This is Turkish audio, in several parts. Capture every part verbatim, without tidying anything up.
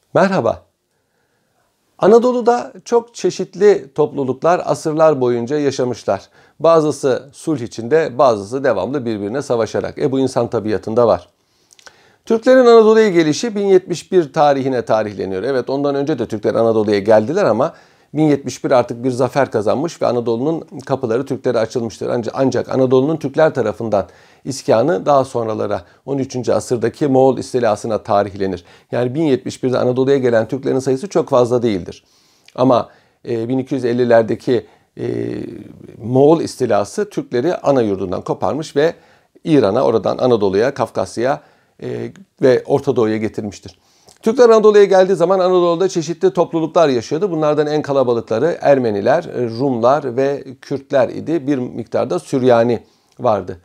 Merhaba. Anadolu'da çok çeşitli topluluklar asırlar boyunca yaşamışlar. Bazısı sulh içinde, bazısı devamlı birbirine savaşarak. E bu insan tabiatında var. Türklerin Anadolu'ya gelişi bin yetmiş bir tarihine tarihleniyor. Evet, ondan önce de Türkler Anadolu'ya geldiler ama bin yetmiş bir artık bir zafer kazanmış ve Anadolu'nun kapıları Türklere açılmıştır. Ancak Anadolu'nun Türkler tarafından iskanı daha sonralara on üçüncü asırdaki Moğol istilasına tarihlenir. Yani bin yetmiş birde Anadolu'ya gelen Türklerin sayısı çok fazla değildir. Ama bin iki yüz ellilerdeki Moğol istilası Türkleri ana yurdundan koparmış ve İran'a, oradan Anadolu'ya, Kafkasya'ya ve Orta Doğu'ya getirmiştir. Türkler Anadolu'ya geldiği zaman Anadolu'da çeşitli topluluklar yaşıyordu. Bunlardan en kalabalıkları Ermeniler, Rumlar ve Kürtler idi. Bir miktarda Süryani vardı.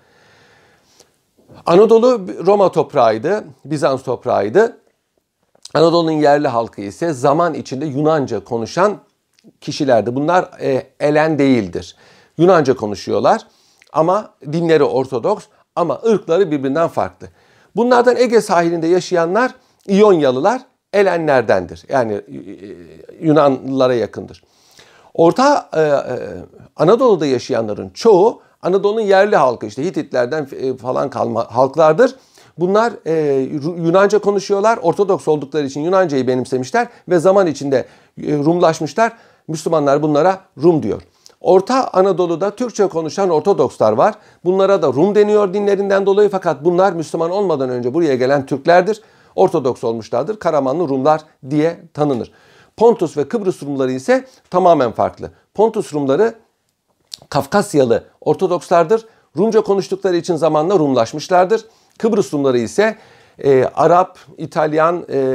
Anadolu Roma toprağıydı, Bizans toprağıydı. Anadolu'nun yerli halkı ise zaman içinde Yunanca konuşan kişilerdi. Bunlar e, Elen değildir. Yunanca konuşuyorlar ama dinleri Ortodoks ama ırkları birbirinden farklı. Bunlardan Ege sahilinde yaşayanlar İyonyalılar, Elenlerdendir. Yani Yunanlılara yakındır. Orta e, Anadolu'da yaşayanların çoğu Anadolu'nun yerli halkı, işte Hititlerden falan kalma halklardır. Bunlar e, Yunanca konuşuyorlar. Ortodoks oldukları için Yunancayı benimsemişler ve zaman içinde e, Rumlaşmışlar. Müslümanlar bunlara Rum diyor. Orta Anadolu'da Türkçe konuşan Ortodokslar var. Bunlara da Rum deniyor dinlerinden dolayı, fakat bunlar Müslüman olmadan önce buraya gelen Türklerdir. Ortodoks olmuşlardır. Karamanlı Rumlar diye tanınır. Pontus ve Kıbrıs Rumları ise tamamen farklı. Pontus Rumları Kafkasyalı Ortodokslardır. Rumca konuştukları için zamanla Rumlaşmışlardır. Kıbrıs Rumları ise e, Arap, İtalyan e, e,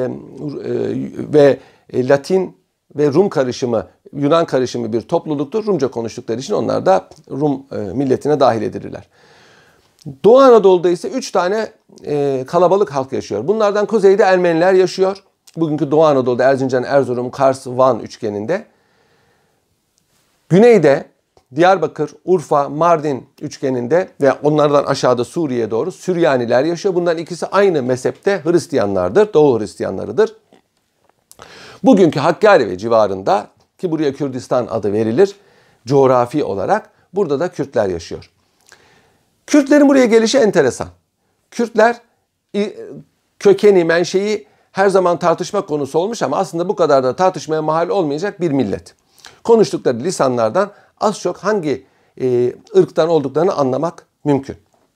ve e, Latin ve Rum karışımı, Yunan karışımı bir topluluktur. Rumca konuştukları için onlar da Rum e, milletine dahil edilirler. Doğu Anadolu'da ise üç tane e, kalabalık halk yaşıyor. Bunlardan kuzeyde Ermeniler yaşıyor. Bugünkü Doğu Anadolu'da Erzincan, Erzurum, Kars, Van üçgeninde. Güneyde Diyarbakır, Urfa, Mardin üçgeninde ve onlardan aşağıda Suriye'ye doğru Süryaniler yaşıyor. Bunların ikisi aynı mezhepte Hristiyanlardır, Doğu Hristiyanlarıdır. Bugünkü Hakkari ve civarında, ki buraya Kürdistan adı verilir coğrafi olarak, burada da Kürtler yaşıyor. Kürtlerin buraya gelişi enteresan. Kürtler kökeni, menşei her zaman tartışma konusu olmuş ama aslında bu kadar da tartışmaya mahal olmayacak bir millet. Konuştukları lisanlardan az çok hangi e, ırktan olduklarını anlamak mümkün.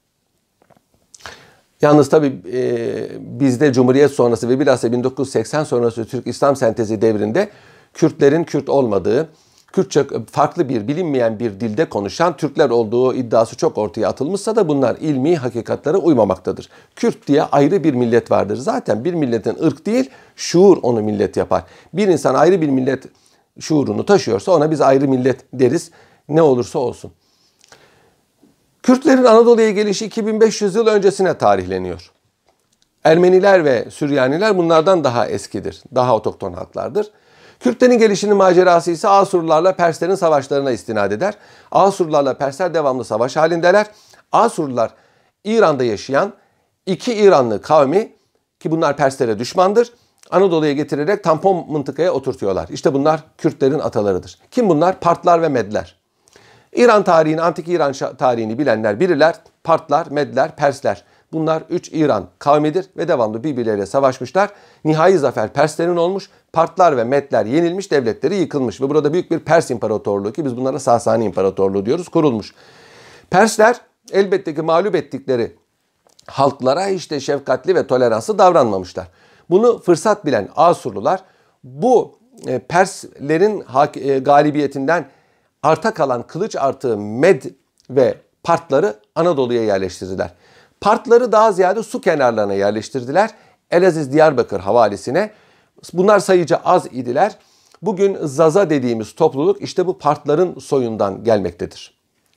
Yalnız tabii e, bizde Cumhuriyet sonrası ve bilhassa bin dokuz yüz seksen sonrası Türk İslam sentezi devrinde Kürtlerin Kürt olmadığı, Kürtçe farklı bir, bilinmeyen bir dilde konuşan Türkler olduğu iddiası çok ortaya atılmışsa da bunlar ilmi hakikatlere uymamaktadır. Kürt diye ayrı bir millet vardır. Zaten bir milletin ırk değil, şuur onu millet yapar. Bir insan ayrı bir millet şuurunu taşıyorsa ona biz ayrı millet deriz, ne olursa olsun. Kürtlerin Anadolu'ya gelişi iki bin beş yüz yıl öncesine tarihleniyor. Ermeniler ve Süryaniler bunlardan daha eskidir, daha otokton halklardır. Kürtlerin gelişinin macerası ise Asurlularla Perslerin savaşlarına istinad eder. Asurlularla Persler devamlı savaş halindeler. Asurlular İran'da yaşayan iki İranlı kavmi, ki bunlar Perslere düşmandır, Anadolu'ya getirerek tampon mıntıkaya oturtuyorlar. İşte bunlar Kürtlerin atalarıdır. Kim bunlar? Partlar ve Medler. İran tarihini, antik İran tarihini bilenler bilirler. Partlar, Medler, Persler. Bunlar üç İran kavmidir ve devamlı birbirleriyle savaşmışlar. Nihai zafer Perslerin olmuş. Partlar ve Medler yenilmiş, devletleri yıkılmış ve burada büyük bir Pers İmparatorluğu, ki biz bunlara Sasani İmparatorluğu diyoruz, kurulmuş. Persler elbette ki mağlup ettikleri halklara işte şefkatli ve toleranslı davranmamışlar. Bunu fırsat bilen Asurlular bu Perslerin galibiyetinden arta kalan kılıç artığı Med ve Partları Anadolu'ya yerleştirdiler. Partları daha ziyade su kenarlarına yerleştirdiler. Elaziz Diyarbakır havalisine. Bunlar sayıca az idiler. Bugün Zaza dediğimiz topluluk işte bu Partların soyundan gelmektedir.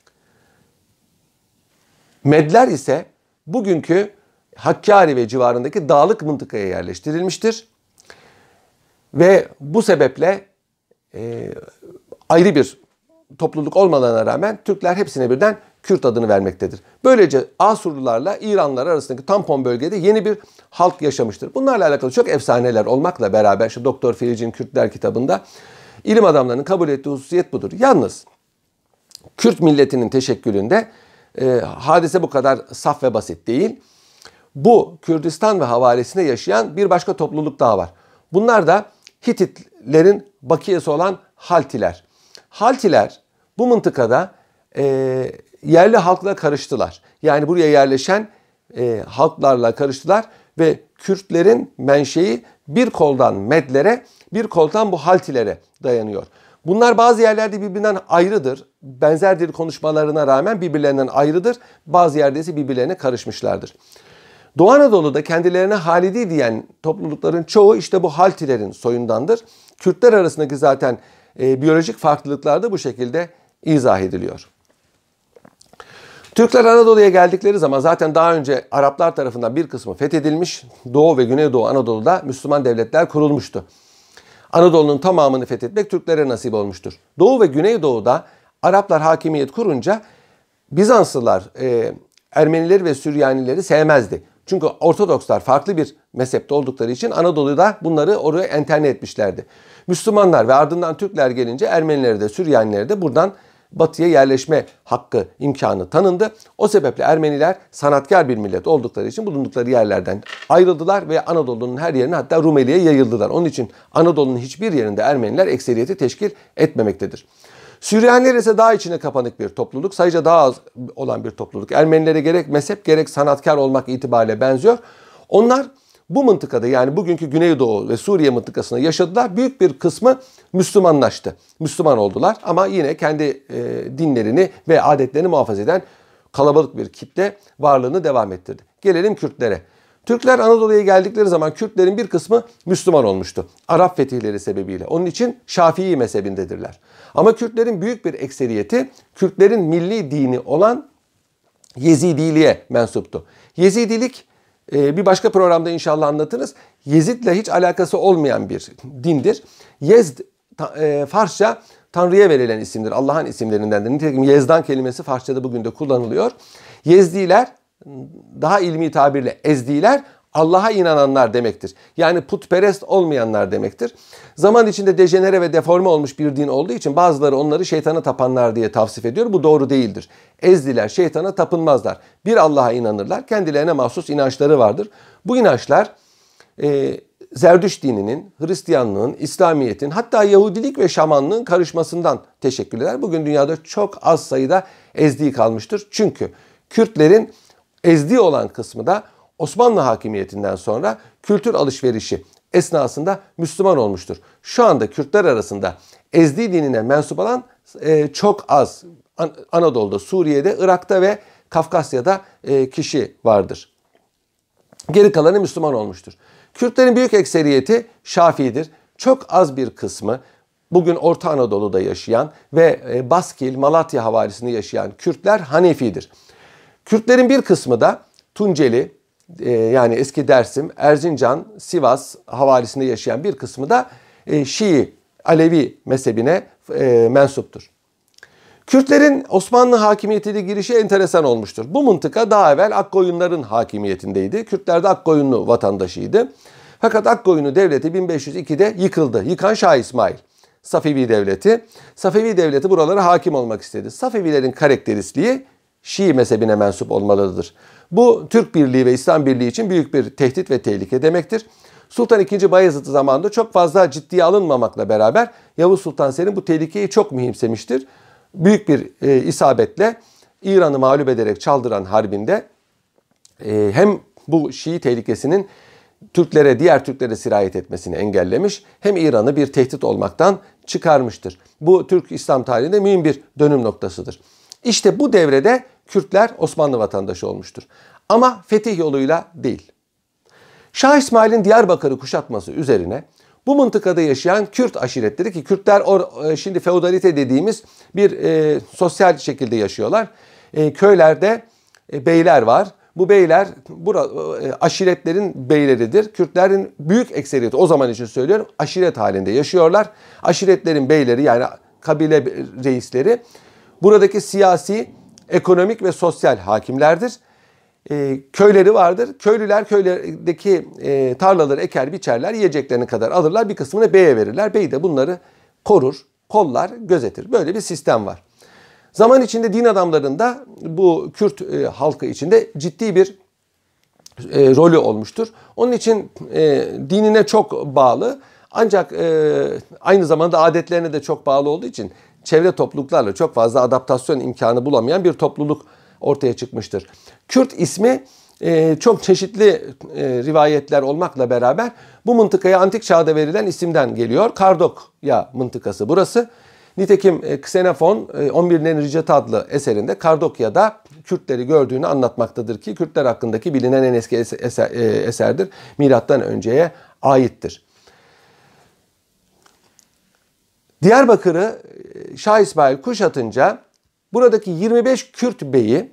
Medler ise bugünkü Hakkari ve civarındaki dağlık mıntıkaya yerleştirilmiştir. Ve bu sebeple e, ayrı bir topluluk olmalarına rağmen Türkler hepsine birden Kürt adını vermektedir. Böylece Asurlularla İranlılar arasındaki tampon bölgede yeni bir halk yaşamıştır. Bunlarla alakalı çok efsaneler olmakla beraber şu Doktor Firic'in Kürtler kitabında ilim adamlarının kabul ettiği hususiyet budur. Yalnız Kürt milletinin teşekkülünde e, hadise bu kadar saf ve basit değil. Bu Kürdistan ve havalesinde yaşayan bir başka topluluk daha var. Bunlar da Hititlerin bakiyesi olan Haltiler. Haltiler bu mıntıkada e, yerli halkla karıştılar. Yani buraya yerleşen e, halklarla karıştılar ve Kürtlerin menşei bir koldan Medlere, bir koldan bu Haltilere dayanıyor. Bunlar bazı yerlerde birbirinden ayrıdır. Benzer dil konuşmalarına rağmen birbirlerinden ayrıdır. Bazı yerde ise birbirlerine karışmışlardır. Doğu Anadolu'da kendilerine Halidi diyen toplulukların çoğu işte bu Haltilerin soyundandır. Kürtler arasındaki zaten e, biyolojik farklılıklar da bu şekilde izah ediliyor. Türkler Anadolu'ya geldikleri zaman zaten daha önce Araplar tarafından bir kısmı fethedilmiş. Doğu ve Güneydoğu Anadolu'da Müslüman devletler kurulmuştu. Anadolu'nun tamamını fethetmek Türklere nasip olmuştur. Doğu ve Güneydoğu'da Araplar hakimiyet kurunca Bizanslılar e, Ermenileri ve Süryanileri sevmezdi. Çünkü Ortodokslar farklı bir mezhepte oldukları için Anadolu'da bunları oraya enterne etmişlerdi. Müslümanlar ve ardından Türkler gelince Ermenileri de Süryanileri de buradan batıya yerleşme hakkı, imkanı tanındı. O sebeple Ermeniler sanatkar bir millet oldukları için bulundukları yerlerden ayrıldılar ve Anadolu'nun her yerine hatta Rumeli'ye yayıldılar. Onun için Anadolu'nun hiçbir yerinde Ermeniler ekseriyeti teşkil etmemektedir. Süryaniler ise daha içine kapanık bir topluluk, sayıca daha az olan bir topluluk. Ermenilere gerek mezhep gerek sanatkar olmak itibariyle benziyor. Onlar bu mıntıkada yani bugünkü Güneydoğu ve Suriye mıntıkasında yaşadılar. Büyük bir kısmı Müslümanlaştı. Müslüman oldular ama yine kendi e, dinlerini ve adetlerini muhafaza eden kalabalık bir kitle varlığını devam ettirdi. Gelelim Kürtlere. Türkler Anadolu'ya geldikleri zaman Kürtlerin bir kısmı Müslüman olmuştu. Arap fetihleri sebebiyle. Onun için Şafii mezhebindedirler. Ama Kürtlerin büyük bir ekseriyeti Kürtlerin milli dini olan Yezidiliğe mensuptu. Yezidilik bir başka programda inşallah anlatırız. Yezid'le hiç alakası olmayan bir dindir. Yezd Farsça Tanrı'ya verilen isimdir. Allah'ın isimlerindendir. Nitekim Yezdan kelimesi Farsça'da bugün de kullanılıyor. Yezdiler daha ilmi tabirle Ezdiler Allah'a inananlar demektir. Yani putperest olmayanlar demektir. Zaman içinde dejenere ve deforme olmuş bir din olduğu için bazıları onları şeytana tapanlar diye tavsif ediyor. Bu doğru değildir. Ezdiler şeytana tapınmazlar. Bir Allah'a inanırlar. Kendilerine mahsus inançları vardır. Bu inançlar e, Zerdüşt dininin, Hristiyanlığın, İslamiyet'in hatta Yahudilik ve Şamanlığın karışmasından teşekkür eder. Bugün dünyada çok az sayıda Ezdi kalmıştır. Çünkü Kürtlerin Ezdi olan kısmı da Osmanlı hakimiyetinden sonra kültür alışverişi esnasında Müslüman olmuştur. Şu anda Kürtler arasında Ezdi dinine mensup olan e, çok az An- Anadolu'da, Suriye'de, Irak'ta ve Kafkasya'da e, kişi vardır. Geri kalanı Müslüman olmuştur. Kürtlerin büyük ekseriyeti Şafii'dir. Çok az bir kısmı bugün Orta Anadolu'da yaşayan ve e, Baskil, Malatya havalisinde yaşayan Kürtler Hanefi'dir. Kürtlerin bir kısmı da Tunceli, e, yani eski Dersim, Erzincan, Sivas havalisinde yaşayan bir kısmı da e, Şii, Alevi mezhebine e, mensuptur. Kürtlerin Osmanlı hakimiyetine girişi enteresan olmuştur. Bu mıntıka daha evvel Akkoyunların hakimiyetindeydi. Kürtler de Akkoyunlu vatandaşıydı. Fakat Akkoyunlu devleti bin beş yüz ikide yıkıldı. Yıkan Şah İsmail. Safevi devleti. Safevi devleti buralara hakim olmak istedi. Safevilerin karakteristiği Şii mezhebine mensup olmalıdır. Bu Türk Birliği ve İslam Birliği için büyük bir tehdit ve tehlike demektir. Sultan ikinci. Bayezid zamanında çok fazla ciddiye alınmamakla beraber Yavuz Sultan Selim bu tehlikeyi çok mühimsemiştir. Büyük bir e, isabetle İran'ı mağlup ederek Çaldıran Harbi'nde e, hem bu Şii tehlikesinin Türklere, diğer Türklere sirayet etmesini engellemiş, hem İran'ı bir tehdit olmaktan çıkarmıştır. Bu Türk İslam tarihinde mühim bir dönüm noktasıdır. İşte bu devrede Kürtler Osmanlı vatandaşı olmuştur. Ama fetih yoluyla değil. Şah İsmail'in Diyarbakır'ı kuşatması üzerine bu mıntıkada yaşayan Kürt aşiretleri, ki Kürtler or, şimdi feodalite dediğimiz bir e, sosyal şekilde yaşıyorlar. E, köylerde e, beyler var. Bu beyler bura, e, aşiretlerin beyleridir. Kürtlerin büyük ekseriyeti, o zaman için söylüyorum, aşiret halinde yaşıyorlar. Aşiretlerin beyleri, yani kabile reisleri buradaki siyasi ekonomik ve sosyal hakimlerdir. E, köyleri vardır. Köylüler köylerdeki e, tarlaları eker biçerler, yiyeceklerini kadar alırlar, bir kısmını beye verirler. Bey de bunları korur, kollar, gözetir. Böyle bir sistem var. Zaman içinde din adamlarında bu Kürt e, halkı içinde ciddi bir e, rolü olmuştur. Onun için e, dinine çok bağlı, ancak e, aynı zamanda adetlerine de çok bağlı olduğu için çevre topluluklarla çok fazla adaptasyon imkanı bulamayan bir topluluk ortaya çıkmıştır. Kürt ismi e, çok çeşitli e, rivayetler olmakla beraber bu mıntıkaya antik çağda verilen isimden geliyor. Kardokya mıntıkası burası. Nitekim e, Xenofon e, on birinin Ricet adlı eserinde Kardokya'da Kürtleri gördüğünü anlatmaktadır ki Kürtler hakkındaki bilinen en eski eser, e, eserdir. Milattan önceye aittir. Diyarbakır'ı Şah İsmail kuşatınca buradaki yirmi beş Kürt beyi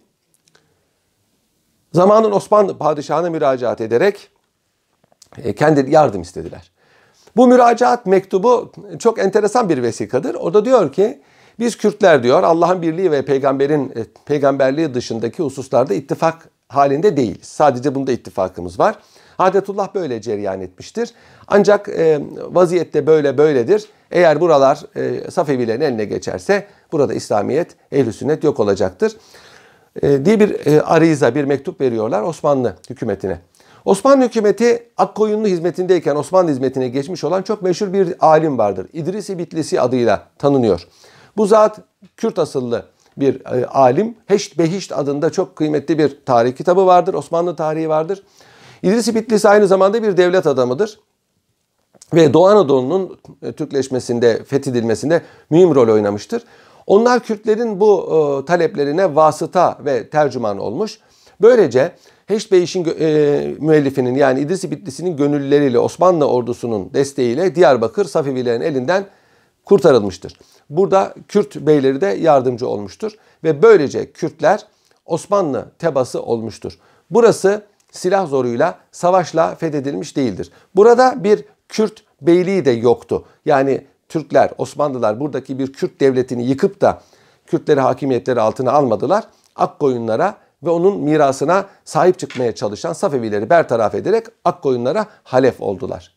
zamanın Osmanlı padişahına müracaat ederek kendi yardım istediler. Bu müracaat mektubu çok enteresan bir vesikadır. Orada diyor ki biz Kürtler diyor Allah'ın birliği ve peygamberin peygamberliği dışındaki hususlarda ittifak halinde değiliz. Sadece bunda ittifakımız var. Adetullah böyle cereyan etmiştir. Ancak e, vaziyette böyle böyledir. Eğer buralar e, Safevilerin eline geçerse burada İslamiyet, ehl-i sünnet yok olacaktır e, diye bir e, ariza, bir mektup veriyorlar Osmanlı hükümetine. Osmanlı hükümeti Akkoyunlu hizmetindeyken Osmanlı hizmetine geçmiş olan çok meşhur bir alim vardır. İdris-i Bitlisi adıyla tanınıyor. Bu zat Kürt asıllı bir e, alim. Heşt Behişt adında çok kıymetli bir tarih kitabı vardır. Osmanlı tarihi vardır. İdris-i Bitlisi aynı zamanda bir devlet adamıdır. Ve Doğu Anadolu'nun Türkleşmesinde, fethedilmesinde mühim rol oynamıştır. Onlar Kürtlerin bu e, taleplerine vasıta ve tercüman olmuş. Böylece Heşt Behişt'in e, müellifinin yani İdris-i Bitlisi'nin gönüllüleriyle Osmanlı ordusunun desteğiyle Diyarbakır Safevilerin elinden kurtarılmıştır. Burada Kürt beyleri de yardımcı olmuştur. Ve böylece Kürtler Osmanlı tebası olmuştur. Burası silah zoruyla, savaşla fethedilmiş değildir. Burada bir Kürt beyliği de yoktu. Yani Türkler, Osmanlılar buradaki bir Kürt devletini yıkıp da Kürtleri hakimiyetleri altına almadılar. Akkoyunlara ve onun mirasına sahip çıkmaya çalışan Safevileri bertaraf ederek Akkoyunlara halef oldular.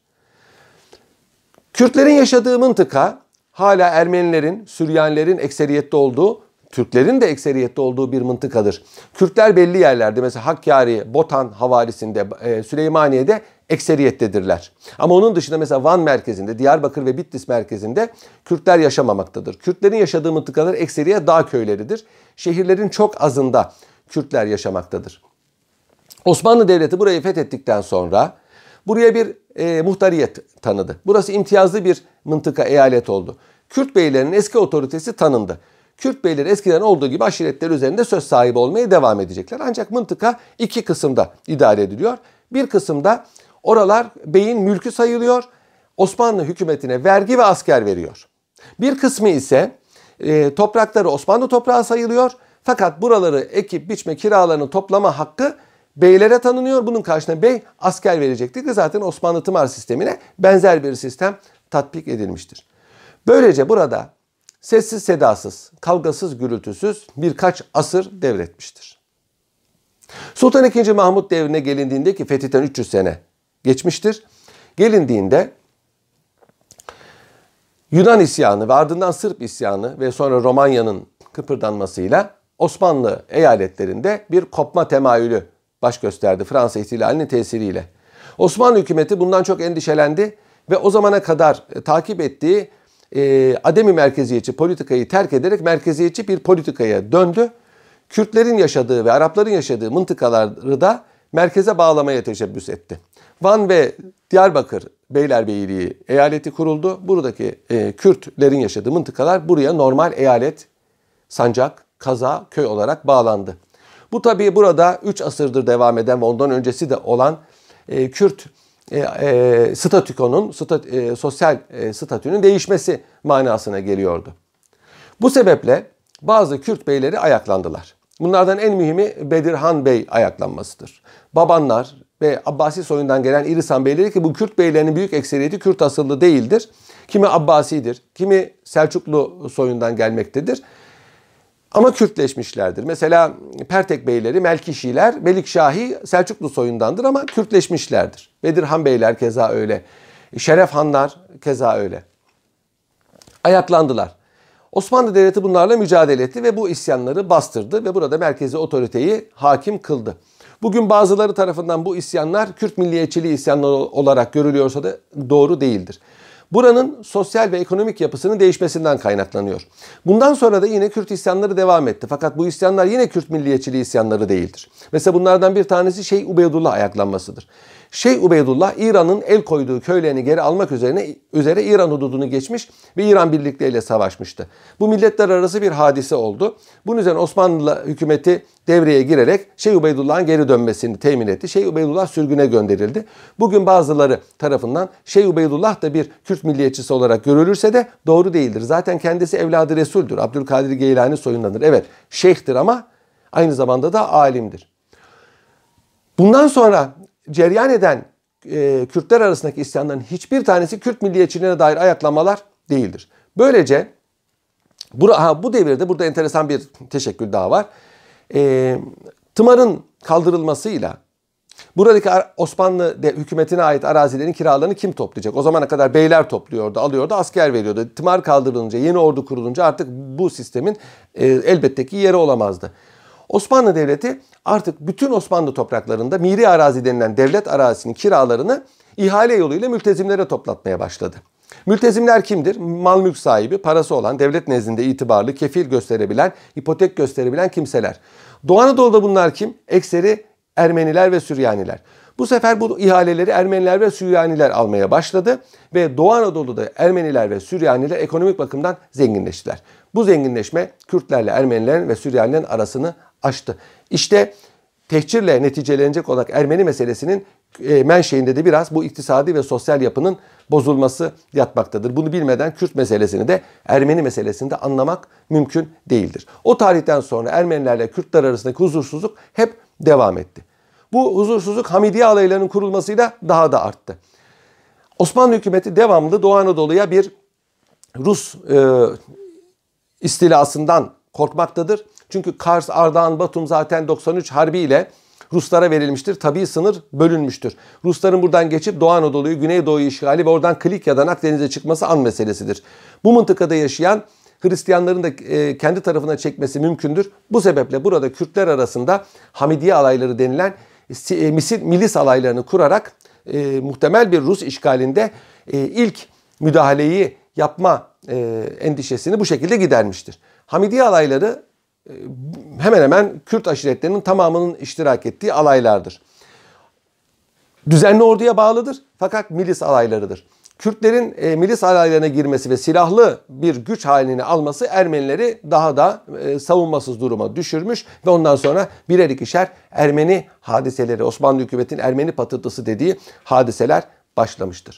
Kürtlerin yaşadığı mıntıka hala Ermenilerin, Süryanilerin ekseriyette olduğu, Türklerin de ekseriyette olduğu bir mıntıkadır. Kürtler belli yerlerde mesela Hakkari, Botan havalisinde, Süleymaniye'de ekseriyettedirler. Ama onun dışında mesela Van merkezinde, Diyarbakır ve Bitlis merkezinde Kürtler yaşamamaktadır. Kürtlerin yaşadığı mıntıkalar ekseriye dağ köyleridir. Şehirlerin çok azında Kürtler yaşamaktadır. Osmanlı Devleti burayı fethettikten sonra buraya bir e, muhtariyet tanıdı. Burası imtiyazlı bir mıntıka, eyalet oldu. Kürt beylerinin eski otoritesi tanındı. Kürt beyleri eskiden olduğu gibi aşiretler üzerinde söz sahibi olmaya devam edecekler. Ancak mıntıka iki kısımda idare ediliyor. Bir kısımda oralar beyin mülkü sayılıyor. Osmanlı hükümetine vergi ve asker veriyor. Bir kısmı ise e, toprakları Osmanlı toprağı sayılıyor. Fakat buraları ekip biçme kiralarını toplama hakkı beylere tanınıyor. Bunun karşılığında bey asker verecektir. Zaten Osmanlı tımar sistemine benzer bir sistem tatbik edilmiştir. Böylece burada sessiz sedasız, kavgasız gürültüsüz birkaç asır devretmiştir. Sultan ikinci. Mahmut devrine gelindiğinde ki fetihten üç yüz sene geçmiştir. Gelindiğinde Yunan isyanı ve ardından Sırp isyanı ve sonra Romanya'nın kıpırdanmasıyla Osmanlı eyaletlerinde bir kopma temayülü baş gösterdi Fransa ihtilalinin tesiriyle. Osmanlı hükümeti bundan çok endişelendi ve o zamana kadar e, takip ettiği e, ademi merkeziyetçi politikayı terk ederek merkeziyetçi bir politikaya döndü. Kürtlerin yaşadığı ve Arapların yaşadığı mıntıkaları da merkeze bağlamaya teşebbüs etti. Van ve Diyarbakır Beylerbeyliği eyaleti kuruldu. Buradaki e, Kürtlerin yaşadığı mıntıkalar buraya normal eyalet, sancak, kaza, köy olarak bağlandı. Bu tabii burada üç asırdır devam eden ve ondan öncesi de olan e, Kürt e, e, statükonun, stat, e, sosyal e, statünün değişmesi manasına geliyordu. Bu sebeple bazı Kürt beyleri ayaklandılar. Bunlardan en mühimi Bedirhan Bey ayaklanmasıdır. Babanlar ve Abbasi soyundan gelen İrisan beyleri ki bu Kürt beylerinin büyük ekseriyeti Kürt asıllı değildir. Kimi Abbasidir, kimi Selçuklu soyundan gelmektedir. Ama Kürtleşmişlerdir. Mesela Pertek Beyleri, Melkişiler, Melikşahi Selçuklu soyundandır ama Kürtleşmişlerdir. Bedirhan Beyler keza öyle. Şeref Hanlar keza öyle. Ayaklandılar. Osmanlı Devleti bunlarla mücadele etti ve bu isyanları bastırdı ve burada merkezi otoriteyi hakim kıldı. Bugün bazıları tarafından bu isyanlar Kürt milliyetçiliği isyanları olarak görülüyorsa da doğru değildir. Buranın sosyal ve ekonomik yapısının değişmesinden kaynaklanıyor. Bundan sonra da yine Kürt isyanları devam etti. Fakat bu isyanlar yine Kürt milliyetçiliği isyanları değildir. Mesela bunlardan bir tanesi Şeyh Ubeydullah ayaklanmasıdır. Şeyh Ubeydullah İran'ın el koyduğu köylerini geri almak üzerine üzere İran hududunu geçmiş ve İran birlikleriyle savaşmıştı. Bu milletler arası bir hadise oldu. Bunun üzerine Osmanlı hükümeti devreye girerek Şeyh Ubeydullah'ın geri dönmesini temin etti. Şeyh Ubeydullah sürgüne gönderildi. Bugün bazıları tarafından Şeyh Ubeydullah da bir Kürt milliyetçisi olarak görülürse de doğru değildir. Zaten kendisi evladı Resul'dür. Abdülkadir Geylani soyundandır. Evet, şeyhtir ama aynı zamanda da alimdir. Bundan sonra cereyan eden e, Kürtler arasındaki isyanların hiçbir tanesi Kürt milliyetçiliğine dair ayaklamalar değildir. Böylece bu, ha, bu devirde burada enteresan bir teşekkül daha var. E, Tımar'ın kaldırılmasıyla buradaki Osmanlı hükümetine ait arazilerin kiralarını kim toplayacak? O zamana kadar beyler topluyordu, alıyordu, asker veriyordu. Tımar kaldırılınca, yeni ordu kurulunca artık bu sistemin e, elbette ki yeri olamazdı. Osmanlı Devleti artık bütün Osmanlı topraklarında miri arazi denilen devlet arazisinin kiralarını ihale yoluyla mültezimlere toplatmaya başladı. Mültezimler kimdir? Mal mülk sahibi, parası olan, devlet nezdinde itibarlı, kefil gösterebilen, ipotek gösterebilen kimseler. Doğu Anadolu'da bunlar kim? Ekseri Ermeniler ve Süryaniler. Bu sefer bu ihaleleri Ermeniler ve Süryaniler almaya başladı ve Doğu Anadolu'da Ermeniler ve Süryaniler ekonomik bakımdan zenginleştiler. Bu zenginleşme Kürtlerle Ermenilerin ve Süryanilerin arasını aştı. İşte tehcirle neticelenecek olarak Ermeni meselesinin e, menşeinde de biraz bu iktisadi ve sosyal yapının bozulması yatmaktadır. Bunu bilmeden Kürt meselesini de Ermeni meselesini de anlamak mümkün değildir. O tarihten sonra Ermenilerle Kürtler arasındaki huzursuzluk hep devam etti. Bu huzursuzluk Hamidiye alaylarının kurulmasıyla daha da arttı. Osmanlı hükümeti devamlı Doğu Anadolu'ya bir Rus e, istilasından korkmaktadır. Çünkü Kars, Ardahan, Batum zaten doksan üç Harbi ile Ruslara verilmiştir. Tabii sınır bölünmüştür. Rusların buradan geçip Doğu Anadolu'yu, Güneydoğu'yu işgali ve oradan Klikya'dan Akdeniz'e çıkması an meselesidir. Bu mıntıkada yaşayan Hristiyanların da e, kendi tarafına çekmesi mümkündür. Bu sebeple burada Kürtler arasında Hamidiye alayları denilen e, milis alaylarını kurarak e, muhtemel bir Rus işgalinde e, ilk müdahaleyi yapma e, endişesini bu şekilde gidermiştir. Hamidiye alayları e, hemen hemen Kürt aşiretlerinin tamamının iştirak ettiği alaylardır. Düzenli orduya bağlıdır fakat milis alaylarıdır. Kürtlerin e, milis alaylarına girmesi ve silahlı bir güç halini alması Ermenileri daha da e, savunmasız duruma düşürmüş ve ondan sonra birer ikişer Ermeni hadiseleri, Osmanlı hükümetinin Ermeni patırtısı dediği hadiseler başlamıştır.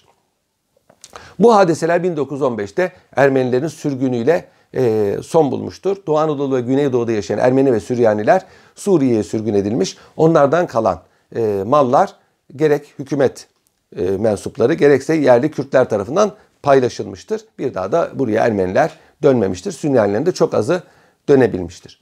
Bu hadiseler bin dokuz yüz on beşte Ermenilerin sürgünüyle e, son bulmuştur. Doğu Anadolu ve Güneydoğu'da yaşayan Ermeni ve Süryaniler Suriye'ye sürgün edilmiş. Onlardan kalan e, mallar gerek hükümet e, mensupları gerekse yerli Kürtler tarafından paylaşılmıştır. Bir daha da buraya Ermeniler dönmemiştir. Süryanilerin de çok azı dönebilmiştir.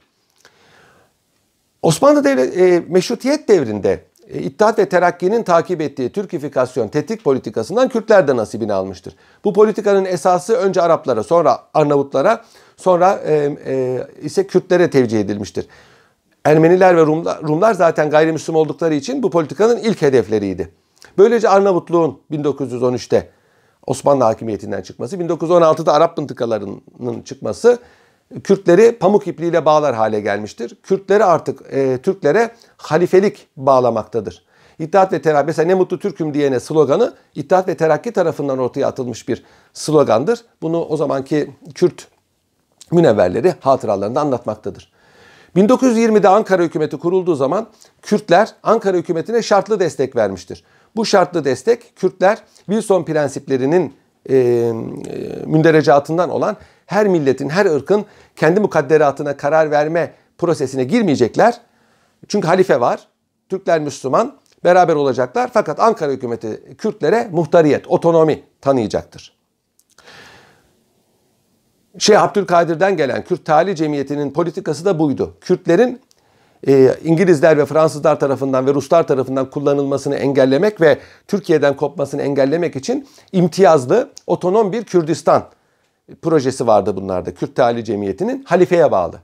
Osmanlı Devleti e, Meşrutiyet devrinde e, İttihat ve Terakki'nin takip ettiği Türkifikasyon, tetkik politikasından Kürtler de nasibini almıştır. Bu politikanın esası önce Araplara, sonra Arnavutlara, sonra e, e, ise Kürtlere tevcih edilmiştir. Ermeniler ve Rumlar, Rumlar zaten gayrimüslim oldukları için bu politikanın ilk hedefleriydi. Böylece Arnavutluğun bin dokuz yüz on üçte Osmanlı hakimiyetinden çıkması, bin dokuz yüz on altıda Arap mıntıkalarının çıkması Kürtleri pamuk ipliğiyle bağlar hale gelmiştir. Kürtleri artık e, Türklere halifelik bağlamaktadır. İttihat ve Terakki, mesela ne mutlu Türk'üm diyene sloganı İttihat ve Terakki tarafından ortaya atılmış bir slogandır. Bunu o zamanki Kürt münevverleri hatıralarında anlatmaktadır. bin dokuz yüz yirmide Ankara hükümeti kurulduğu zaman Kürtler Ankara hükümetine şartlı destek vermiştir. Bu şartlı destek Kürtler Wilson prensiplerinin e, e, münderecatından olan her milletin, her ırkın kendi mukadderatına karar verme prosesine girmeyecekler. Çünkü halife var, Türkler Müslüman, beraber olacaklar. Fakat Ankara hükümeti Kürtlere muhtariyet, otonomi tanıyacaktır. Şeyh Abdülkadir'den gelen Kürt Teali Cemiyeti'nin politikası da buydu. Kürtlerin e, İngilizler ve Fransızlar tarafından ve Ruslar tarafından kullanılmasını engellemek ve Türkiye'den kopmasını engellemek için imtiyazlı, otonom bir Kürdistan projesi vardı bunlarda. Kürt Teali Cemiyeti'nin halifeye bağlı.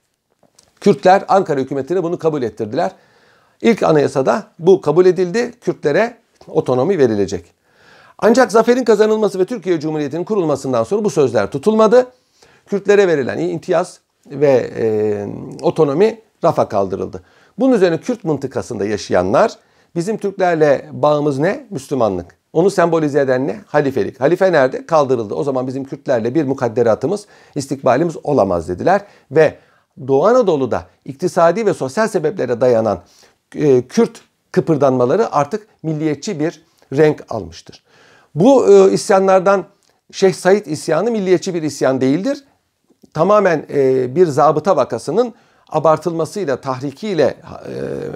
Kürtler Ankara hükümetine bunu kabul ettirdiler. İlk anayasada bu kabul edildi. Kürtlere otonomi verilecek. Ancak zaferin kazanılması ve Türkiye Cumhuriyeti'nin kurulmasından sonra bu sözler tutulmadı. Kürtlere verilen imtiyaz ve e, otonomi rafa kaldırıldı. Bunun üzerine Kürt mıntıkasında yaşayanlar, bizim Türklerle bağımız ne? Müslümanlık. Onu sembolize eden ne? Halifelik. Halife nerede? Kaldırıldı. O zaman bizim Kürtlerle bir mukadderatımız, istikbalimiz olamaz dediler. Ve Doğu Anadolu'da iktisadi ve sosyal sebeplere dayanan e, Kürt kıpırdanmaları artık milliyetçi bir renk almıştır. Bu e, isyanlardan Şeyh Said isyanı milliyetçi bir isyan değildir. Tamamen e, bir zabıta vakasının abartılmasıyla, tahrikiyle e,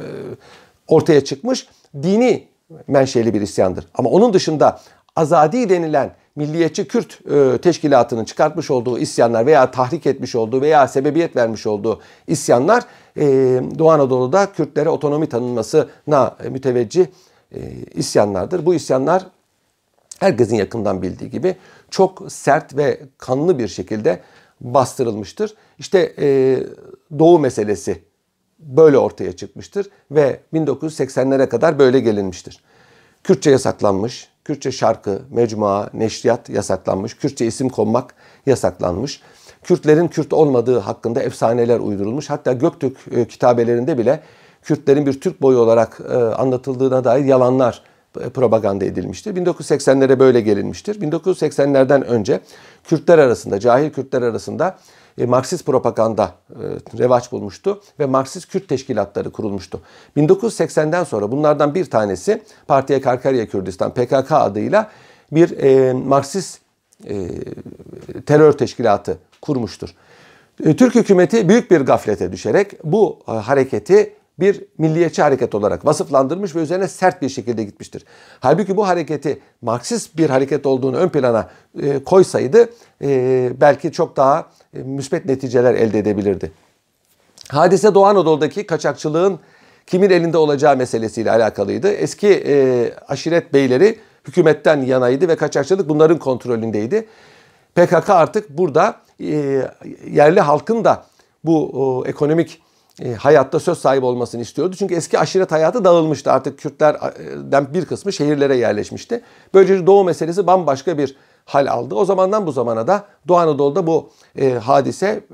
ortaya çıkmış dini menşeli bir isyandır. Ama onun dışında Azadi denilen milliyetçi Kürt e, teşkilatının çıkartmış olduğu isyanlar veya tahrik etmiş olduğu veya sebebiyet vermiş olduğu isyanlar e, Doğu Anadolu'da Kürtlere otonomi tanınmasına müteveccih e, isyanlardır. Bu isyanlar herkesin yakından bildiği gibi çok sert ve kanlı bir şekilde bastırılmıştır. İşte e, Doğu meselesi böyle ortaya çıkmıştır ve bin dokuz yüz seksenlere kadar böyle gelinmiştir. Kürtçe yasaklanmış, Kürtçe şarkı, mecmua, neşriyat yasaklanmış, Kürtçe isim konmak yasaklanmış. Kürtlerin Kürt olmadığı hakkında efsaneler uydurulmuş. Hatta Göktürk e, kitabelerinde bile Kürtlerin bir Türk boyu olarak e, anlatıldığına dair yalanlar propaganda edilmiştir. bin dokuz yüz seksenlere böyle gelinmiştir. bin dokuz yüz seksenlerden önce Kürtler arasında, cahil Kürtler arasında e, Marksist propaganda e, revaç bulmuştu ve Marksist Kürt teşkilatları kurulmuştu. bin dokuz yüz seksenden sonra bunlardan bir tanesi Partiye Karkarya Kürdistan P K K adıyla bir e, Marksist e, terör teşkilatı kurmuştur. E, Türk hükümeti büyük bir gaflete düşerek bu e, hareketi bir milliyetçi hareket olarak vasıflandırmış ve üzerine sert bir şekilde gitmiştir. Halbuki bu hareketi Marksist bir hareket olduğunu ön plana e, koysaydı e, belki çok daha e, müspet neticeler elde edebilirdi. Hadise Doğu Anadolu'daki kaçakçılığın kimin elinde olacağı meselesiyle alakalıydı. Eski e, aşiret beyleri hükümetten yanaydı ve kaçakçılık bunların kontrolündeydi. P K K artık burada e, yerli halkın da bu o, ekonomik e, hayatta söz sahibi olmasını istiyordu. Çünkü eski aşiret hayatı dağılmıştı. Artık Kürtlerden bir kısmı şehirlere yerleşmişti. Böylece Doğu meselesi bambaşka bir hal aldı. O zamandan bu zamana da Doğu Anadolu'da bu e, hadise e,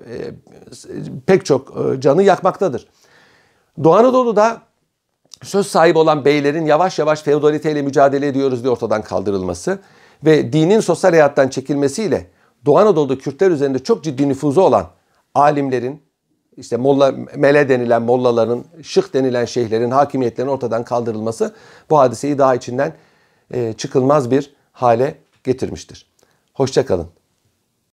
pek çok e, canı yakmaktadır. Doğu Anadolu'da söz sahibi olan beylerin yavaş yavaş feodaliteyle mücadele ediyoruz diye ortadan kaldırılması ve dinin sosyal hayattan çekilmesiyle Doğu Anadolu'da Kürtler üzerinde çok ciddi nüfuzu olan alimlerin, işte molla, mele denilen mollaların, şıh denilen şeyhlerin hakimiyetlerinin ortadan kaldırılması bu hadiseyi daha içinden e, çıkılmaz bir hale getirmiştir. Hoşça kalın.